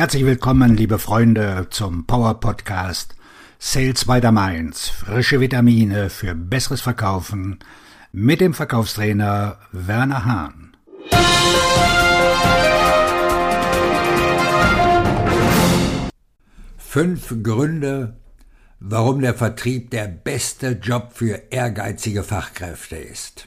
Herzlich willkommen, liebe Freunde, zum Power Podcast Sales by the Mainz. Frische Vitamine für besseres Verkaufen mit dem Verkaufstrainer Werner Hahn. Fünf Gründe, warum der Vertrieb der beste Job für ehrgeizige Fachkräfte ist.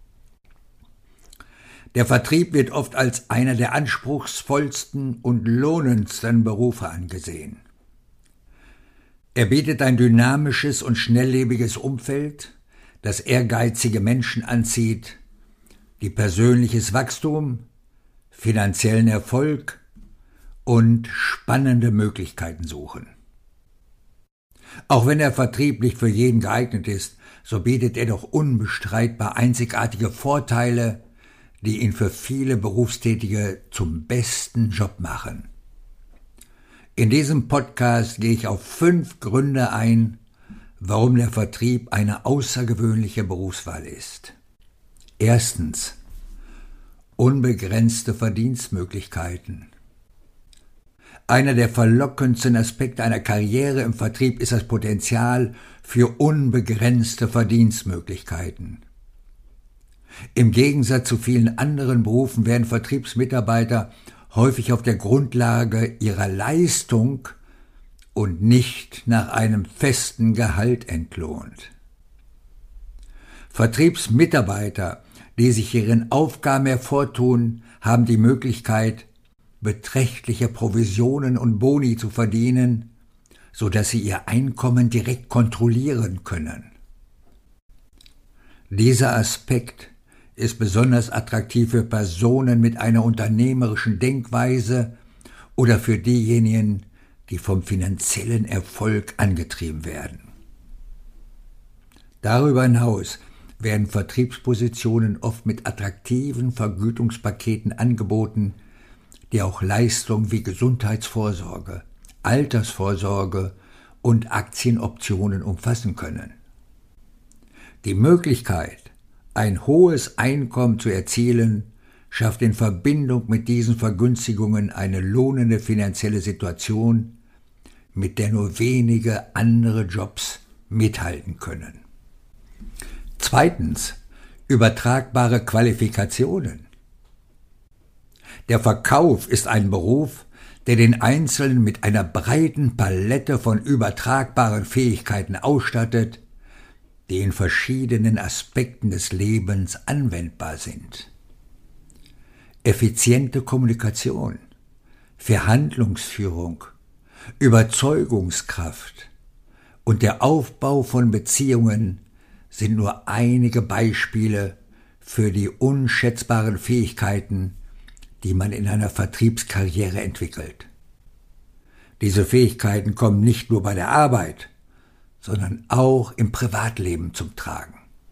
Der Vertrieb wird oft als einer der anspruchsvollsten und lohnendsten Berufe angesehen. Er bietet ein dynamisches und schnelllebiges Umfeld, das ehrgeizige Menschen anzieht, die persönliches Wachstum, finanziellen Erfolg und spannende Möglichkeiten suchen. Auch wenn der Vertrieb nicht für jeden geeignet ist, so bietet er doch unbestreitbar einzigartige Vorteile, die ihn für viele Berufstätige zum besten Job machen. In diesem Podcast gehe ich auf 5 Gründe ein, warum der Vertrieb eine außergewöhnliche Berufswahl ist. Erstens: unbegrenzte Verdienstmöglichkeiten. Einer der verlockendsten Aspekte einer Karriere im Vertrieb ist das Potenzial für unbegrenzte Verdienstmöglichkeiten. Im Gegensatz zu vielen anderen Berufen werden Vertriebsmitarbeiter häufig auf der Grundlage ihrer Leistung und nicht nach einem festen Gehalt entlohnt. Vertriebsmitarbeiter, die sich ihren Aufgaben hervortun, haben die Möglichkeit, beträchtliche Provisionen und Boni zu verdienen, sodass sie ihr Einkommen direkt kontrollieren können. Dieser Aspekt ist besonders attraktiv für Personen mit einer unternehmerischen Denkweise oder für diejenigen, die vom finanziellen Erfolg angetrieben werden. Darüber hinaus werden Vertriebspositionen oft mit attraktiven Vergütungspaketen angeboten, die auch Leistungen wie Gesundheitsvorsorge, Altersvorsorge und Aktienoptionen umfassen können. Die Möglichkeit, ein hohes Einkommen zu erzielen, schafft in Verbindung mit diesen Vergünstigungen eine lohnende finanzielle Situation, mit der nur wenige andere Jobs mithalten können. Zweitens: übertragbare Qualifikationen. Der Verkauf ist ein Beruf, der den Einzelnen mit einer breiten Palette von übertragbaren Fähigkeiten ausstattet, die in verschiedenen Aspekten des Lebens anwendbar sind. Effiziente Kommunikation, Verhandlungsführung, Überzeugungskraft und der Aufbau von Beziehungen sind nur einige Beispiele für die unschätzbaren Fähigkeiten, die man in einer Vertriebskarriere entwickelt. Diese Fähigkeiten kommen nicht nur bei der Arbeit, sondern auch im Privatleben zum Tragen.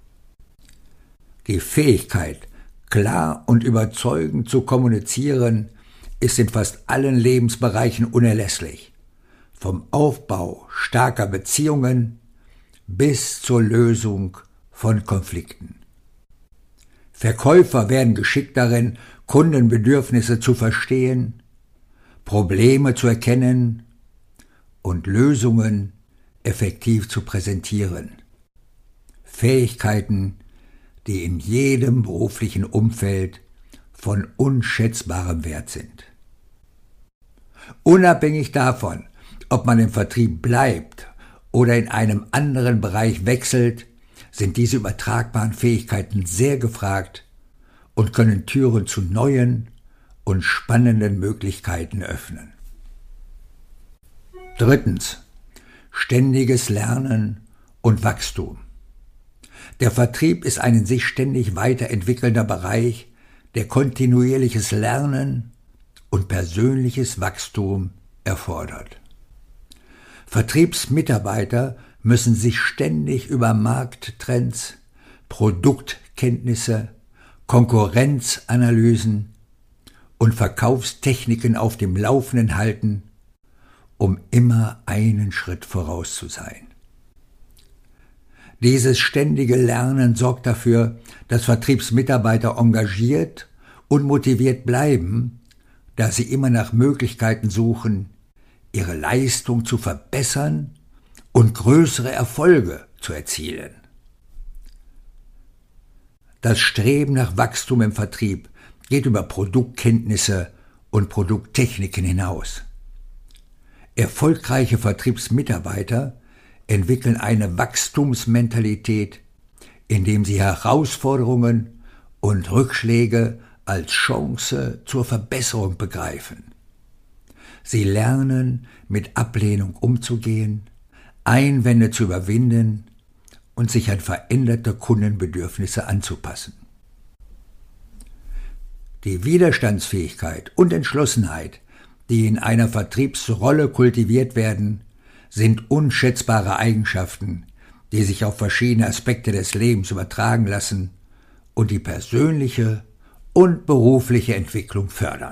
Die Fähigkeit, klar und überzeugend zu kommunizieren, ist in fast allen Lebensbereichen unerlässlich, vom Aufbau starker Beziehungen bis zur Lösung von Konflikten. Verkäufer werden geschickt darin, Kundenbedürfnisse zu verstehen, Probleme zu erkennen und Lösungen effektiv zu präsentieren. Fähigkeiten, die in jedem beruflichen Umfeld von unschätzbarem Wert sind. Unabhängig davon, ob man im Vertrieb bleibt oder in einem anderen Bereich wechselt, sind diese übertragbaren Fähigkeiten sehr gefragt und können Türen zu neuen und spannenden Möglichkeiten öffnen. Drittens: ständiges Lernen und Wachstum. Der Vertrieb ist ein in sich ständig weiterentwickelnder Bereich, der kontinuierliches Lernen und persönliches Wachstum erfordert. Vertriebsmitarbeiter müssen sich ständig über Markttrends, Produktkenntnisse, Konkurrenzanalysen und Verkaufstechniken auf dem Laufenden halten, um immer einen Schritt voraus zu sein. Dieses ständige Lernen sorgt dafür, dass Vertriebsmitarbeiter engagiert und motiviert bleiben, da sie immer nach Möglichkeiten suchen, ihre Leistung zu verbessern und größere Erfolge zu erzielen. Das Streben nach Wachstum im Vertrieb geht über Produktkenntnisse und Produkttechniken hinaus. Erfolgreiche Vertriebsmitarbeiter entwickeln eine Wachstumsmentalität, indem sie Herausforderungen und Rückschläge als Chance zur Verbesserung begreifen. Sie lernen, mit Ablehnung umzugehen, Einwände zu überwinden und sich an veränderte Kundenbedürfnisse anzupassen. Die Widerstandsfähigkeit und Entschlossenheit, die in einer Vertriebsrolle kultiviert werden, sind unschätzbare Eigenschaften, die sich auf verschiedene Aspekte des Lebens übertragen lassen und die persönliche und berufliche Entwicklung fördern.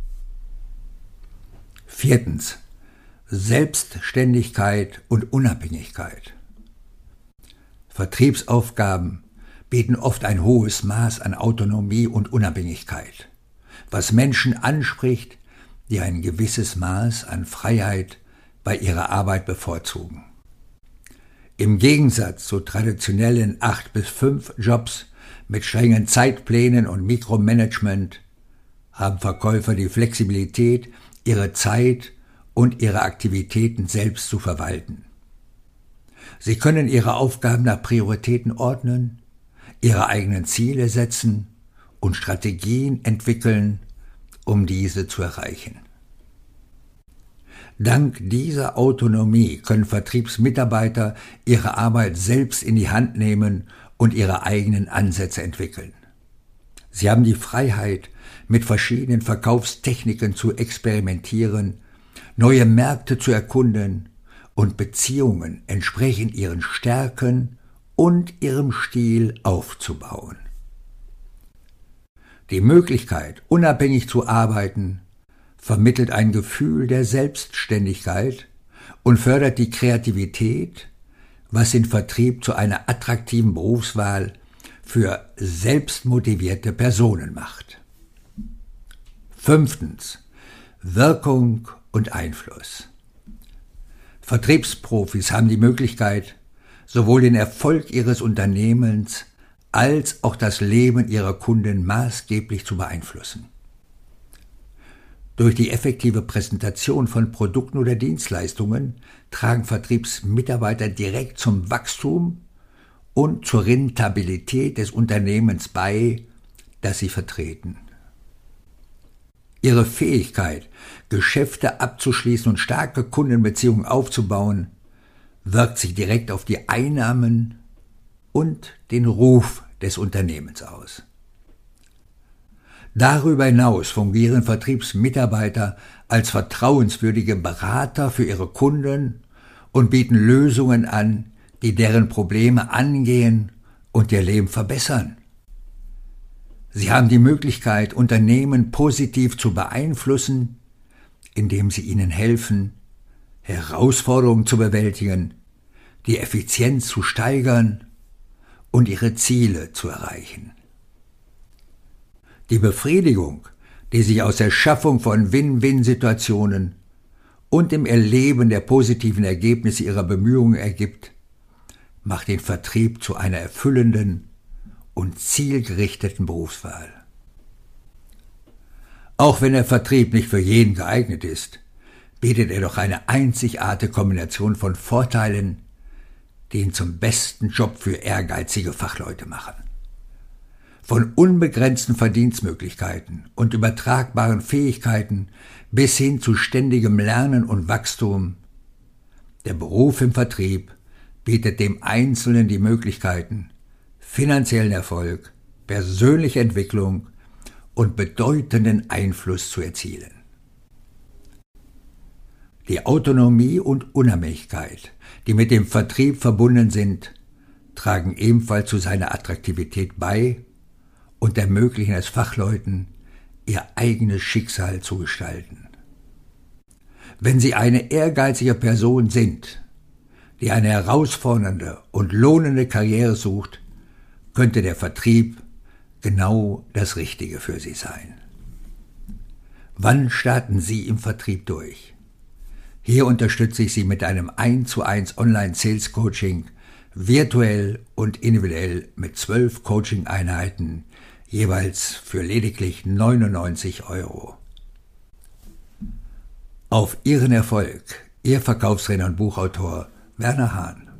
4. Selbstständigkeit und Unabhängigkeit. Vertriebsaufgaben bieten oft ein hohes Maß an Autonomie und Unabhängigkeit, was Menschen anspricht, die ein gewisses Maß an Freiheit bei ihrer Arbeit bevorzugen. Im Gegensatz zu traditionellen 8-5 Jobs mit strengen Zeitplänen und Mikromanagement haben Verkäufer die Flexibilität, ihre Zeit und ihre Aktivitäten selbst zu verwalten. Sie können ihre Aufgaben nach Prioritäten ordnen, ihre eigenen Ziele setzen und Strategien entwickeln, um diese zu erreichen. Dank dieser Autonomie können Vertriebsmitarbeiter ihre Arbeit selbst in die Hand nehmen und ihre eigenen Ansätze entwickeln. Sie haben die Freiheit, mit verschiedenen Verkaufstechniken zu experimentieren, neue Märkte zu erkunden und Beziehungen entsprechend ihren Stärken und ihrem Stil aufzubauen. Die Möglichkeit, unabhängig zu arbeiten, vermittelt ein Gefühl der Selbstständigkeit und fördert die Kreativität, was den Vertrieb zu einer attraktiven Berufswahl für selbstmotivierte Personen macht. 5. Wirkung und Einfluss. Vertriebsprofis haben die Möglichkeit, sowohl den Erfolg ihres Unternehmens als auch das Leben ihrer Kunden maßgeblich zu beeinflussen. Durch die effektive Präsentation von Produkten oder Dienstleistungen tragen Vertriebsmitarbeiter direkt zum Wachstum und zur Rentabilität des Unternehmens bei, das sie vertreten. Ihre Fähigkeit, Geschäfte abzuschließen und starke Kundenbeziehungen aufzubauen, wirkt sich direkt auf die Einnahmen und den Ruf des Unternehmens aus. Darüber hinaus fungieren Vertriebsmitarbeiter als vertrauenswürdige Berater für ihre Kunden und bieten Lösungen an, die deren Probleme angehen und ihr Leben verbessern. Sie haben die Möglichkeit, Unternehmen positiv zu beeinflussen, indem sie ihnen helfen, Herausforderungen zu bewältigen, die Effizienz zu steigern und ihre Ziele zu erreichen. Die Befriedigung, die sich aus der Schaffung von Win-Win-Situationen und dem Erleben der positiven Ergebnisse ihrer Bemühungen ergibt, macht den Vertrieb zu einer erfüllenden und zielgerichteten Berufswahl. Auch wenn der Vertrieb nicht für jeden geeignet ist, bietet er doch eine einzigartige Kombination von Vorteilen, die ihn zum besten Job für ehrgeizige Fachleute machen. Von unbegrenzten Verdienstmöglichkeiten und übertragbaren Fähigkeiten bis hin zu ständigem Lernen und Wachstum. Der Beruf im Vertrieb bietet dem Einzelnen die Möglichkeiten, finanziellen Erfolg, persönliche Entwicklung und bedeutenden Einfluss zu erzielen. Die Autonomie und Unabhängigkeit, die mit dem Vertrieb verbunden sind, tragen ebenfalls zu seiner Attraktivität bei und ermöglichen es Fachleuten, ihr eigenes Schicksal zu gestalten. Wenn Sie eine ehrgeizige Person sind, die eine herausfordernde und lohnende Karriere sucht, könnte der Vertrieb genau das Richtige für Sie sein. Wann starten Sie im Vertrieb durch? Hier unterstütze ich Sie mit einem 1:1 Online-Sales-Coaching, virtuell und individuell mit 12 Coaching-Einheiten, jeweils für lediglich 99 €. Auf Ihren Erfolg, Ihr Verkaufsredner und Buchautor Werner Hahn.